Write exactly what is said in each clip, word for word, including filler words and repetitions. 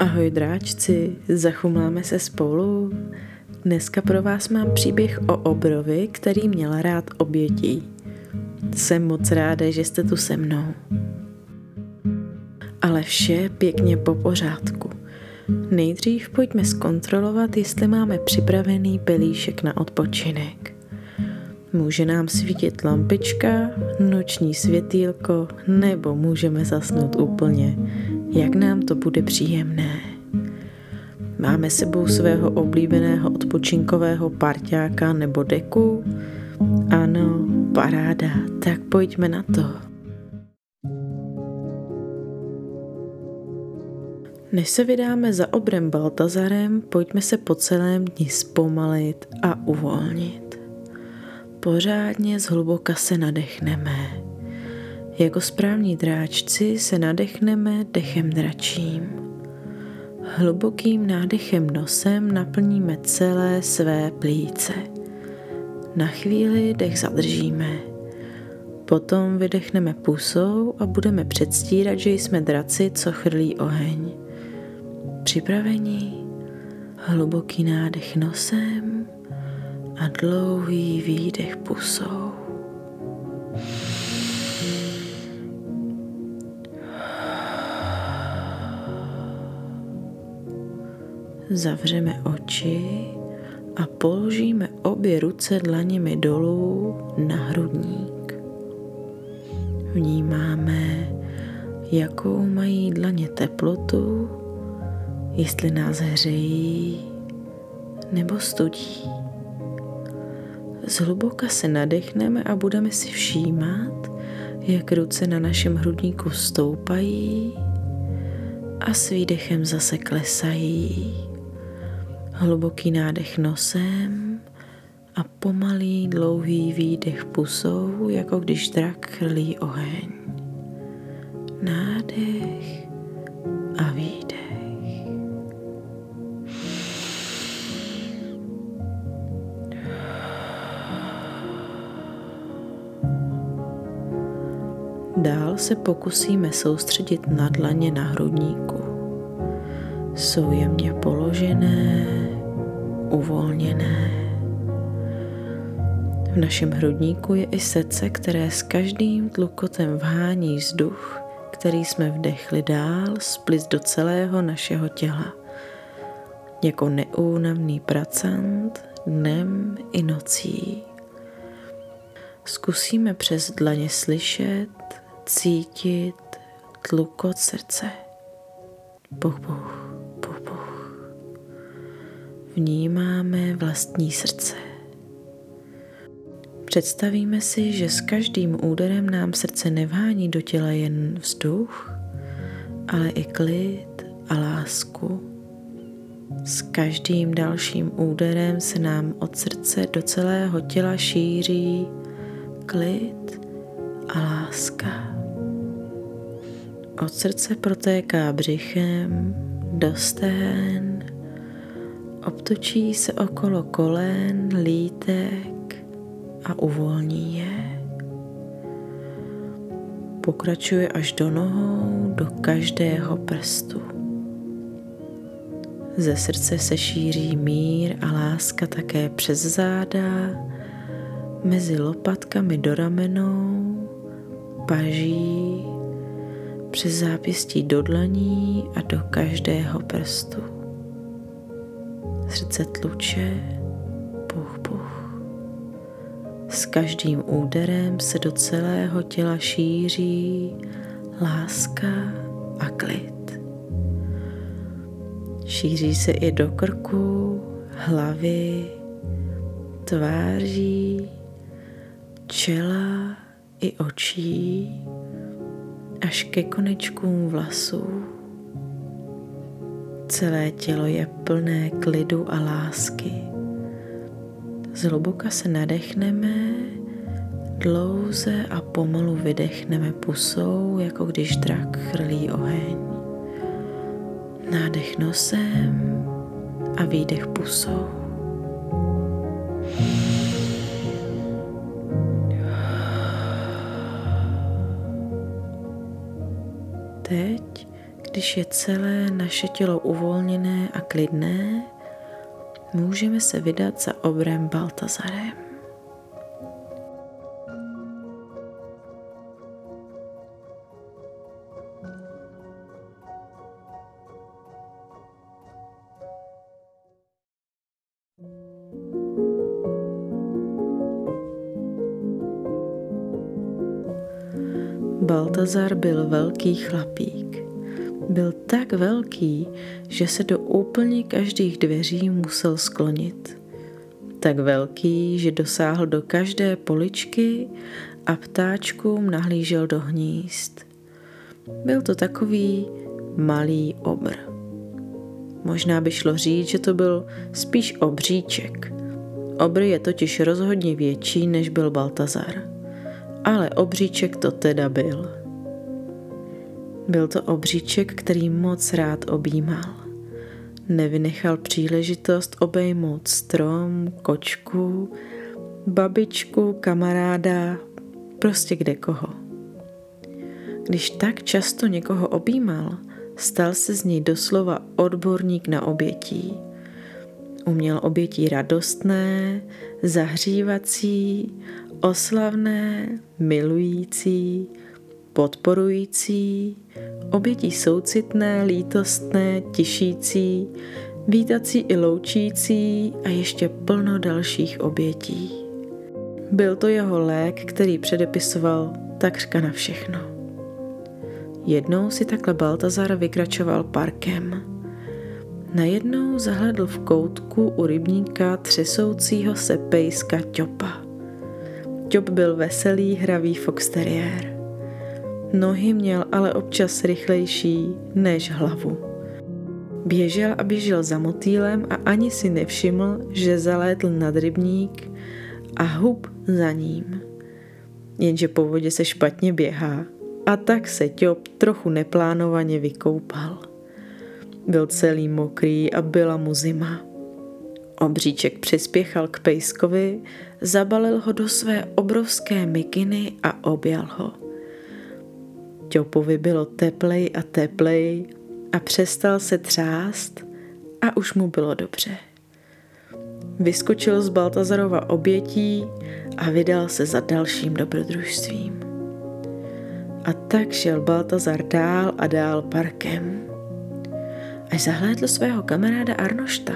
Ahoj dráčci, zachumláme se spolu. Dneska pro vás mám příběh o obrovi, který měl rád obětí. Jsem moc ráda, že jste tu se mnou. Ale vše pěkně po pořádku. Nejdřív pojďme zkontrolovat, jestli máme připravený pelíšek na odpočinek. Může nám svítit lampička, noční světýlko, nebo můžeme zasnout úplně, jak nám to bude příjemné. Máme sebou svého oblíbeného odpočinkového parťáka nebo deku? Ano, paráda, tak pojďme na to. Než se vydáme za obrem Baltazarem, pojďme se po celém dni zpomalit a uvolnit. Pořádně zhluboka se nadechneme. Jako správní dráčci se nadechneme dechem dračím. Hlubokým nádechem nosem naplníme celé své plíce. Na chvíli dech zadržíme. Potom vydechneme pusou a budeme předstírat, že jsme draci, co chrlí oheň. Připraveni? Hluboký nádech nosem a dlouhý výdech pusou. Zavřeme oči a položíme obě ruce dlaněmi dolů na hrudník. Vnímáme, jakou mají dlaně teplotu, jestli nás hřejí nebo studí. Zhluboka se nadechneme a budeme si všímat, jak ruce na našem hrudníku stoupají a s výdechem zase klesají. Hluboký nádech nosem a pomalý dlouhý výdech pusou, jako když drak chrlí oheň. Nádech a výdech. Dál se pokusíme soustředit na dlaně na hrudníku. Jsou jemně položené, uvolněné. V našem hrudníku je i srdce, které s každým tlukotem vhání vzduch, který jsme vdechli dál, splyc do celého našeho těla. Jako neúnavný pracant dnem i nocí. Zkusíme přes dlaně slyšet, cítit tlukot srdce. Puch, puch, puch, puch. Vnímáme vlastní srdce. Představíme si, že s každým úderem nám srdce nevhání do těla jen vzduch, ale i klid a lásku. S každým dalším úderem se nám od srdce do celého těla šíří klid a láska. Od srdce protéká břichem do stehén, obtočí se okolo kolen, lítek a uvolní je. Pokračuje až do nohou, do každého prstu. Ze srdce se šíří mír a láska také přes záda, mezi lopatkami do ramenou, paží, přes zápěstí do dlaní a do každého prstu. Srdce tluče, puch, puch. S každým úderem se do celého těla šíří láska a klid. Šíří se i do krku, hlavy, tváří, čela i očí, až ke konečkům vlasů. Celé tělo je plné klidu a lásky. Zhluboka se nadechneme, dlouze a pomalu vydechneme pusou, jako když drak chrlí oheň. Nádech nosem a výdech pusou. Teď, Když je celé naše tělo uvolněné a klidné, můžeme se vydat za obrem Baltazarem. Baltazar byl velký chlapík. Byl tak velký, že se do úplně každých dveří musel sklonit. Tak velký, že dosáhl do každé poličky a ptáčkům nahlížel do hnízd. Byl to takový malý obr. Možná by šlo říct, že to byl spíš obříček. Obr je totiž rozhodně větší, než byl Baltazar. Ale obříček to teda byl. Byl to obříček, který moc rád objímal. Nevynechal příležitost obejmout strom, kočku, babičku, kamaráda, prostě kde koho. Když tak často někoho objímal, stal se z něj doslova odborník na obětí. Uměl obětí radostné, zahřívací, oslavné, milující, podporující, obětí soucitné, lítostné, tišící, vítací i loučící a ještě plno dalších obětí. Byl to jeho lék, který předepisoval takřka na všechno. Jednou si takhle Baltazar vykračoval parkem. Najednou zahledl v koutku u rybníka třesoucího se pejska Ťopa. Ťop byl veselý, hravý fox terrier. Nohy měl ale občas rychlejší než hlavu. Běžel a běžel za motýlem a ani si nevšiml, že zalétl nad rybník a hup za ním. Jenže po vodě se špatně běhá a tak se Ťop trochu neplánovaně vykoupal. Byl celý mokrý a byla mu zima. Obříček přispěchal k pejskovi, zabalil ho do své obrovské mikiny a objal ho. Ťopovi bylo teplej a teplej a přestal se třást a už mu bylo dobře. Vyskočil z Baltazarova obětí a vydal se za dalším dobrodružstvím. A tak šel Baltazar dál a dál parkem. Až zahlédl svého kamaráda Arnošta.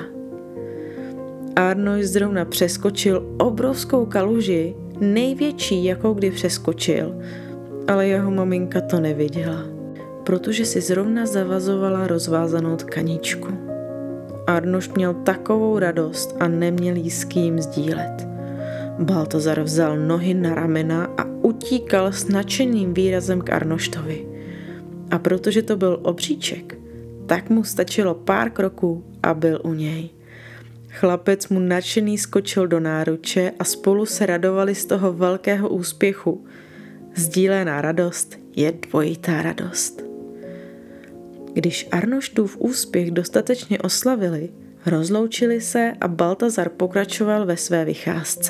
Arnošt zrovna přeskočil obrovskou kaluži, největší, jakou kdy přeskočil, ale jeho maminka to neviděla, protože si zrovna zavazovala rozvázanou tkaničku. Arnošt měl takovou radost a neměl jí s kým sdílet. Baltazar vzal nohy na ramena a utíkal s nadšeným výrazem k Arnoštovi. A protože to byl obříček, tak mu stačilo pár kroků a byl u něj. Chlapec mu nadšený skočil do náruče a spolu se radovali z toho velkého úspěchu. Sdílená radost je dvojitá radost. Když Arnoštův úspěch dostatečně oslavili, rozloučili se a Baltazar pokračoval ve své vycházce.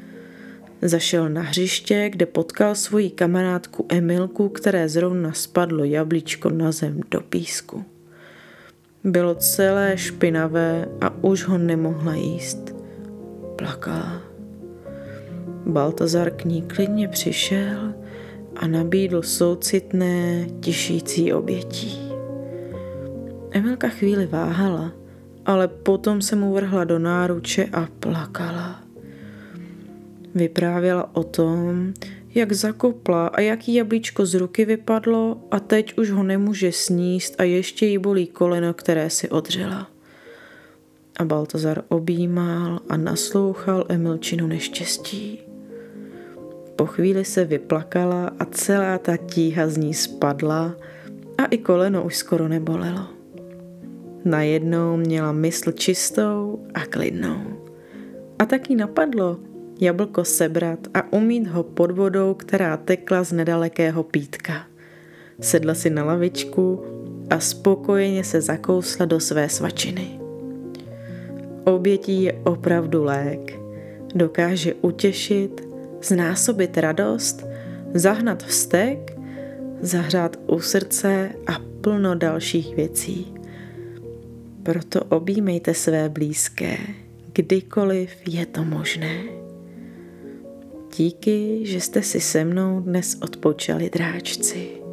Zašel na hřiště, kde potkal svoji kamarádku Emilku, které zrovna spadlo jablíčko na zem do písku. Bylo celé špinavé a už ho nemohla jíst. Plakala. Baltazar k ní klidně přišel a nabídl soucitné, tišící obětí. Emilka chvíli váhala, ale potom se mu vrhla do náruče a plakala. Vyprávěla o tom, jak zakopla a jaký jablíčko z ruky vypadlo a teď už ho nemůže sníst a ještě jí bolí koleno, které si odřela. A Baltazar objímal a naslouchal Emilčinu neštěstí. Po chvíli se vyplakala a celá ta tíha z ní spadla a i koleno už skoro nebolelo. Najednou měla mysl čistou a klidnou. A tak jí napadlo jablko sebrat a umýt ho pod vodou, která tekla z nedalekého pítka. Sedla si na lavičku a spokojeně se zakousla do své svačiny. Obětí je opravdu lék. Dokáže utěšit, znásobit radost, zahnat vztek, zahřát u srdce a plno dalších věcí. Proto objímejte své blízké, kdykoliv je to možné. Díky, že jste si se mnou dnes odpočali, dráčci.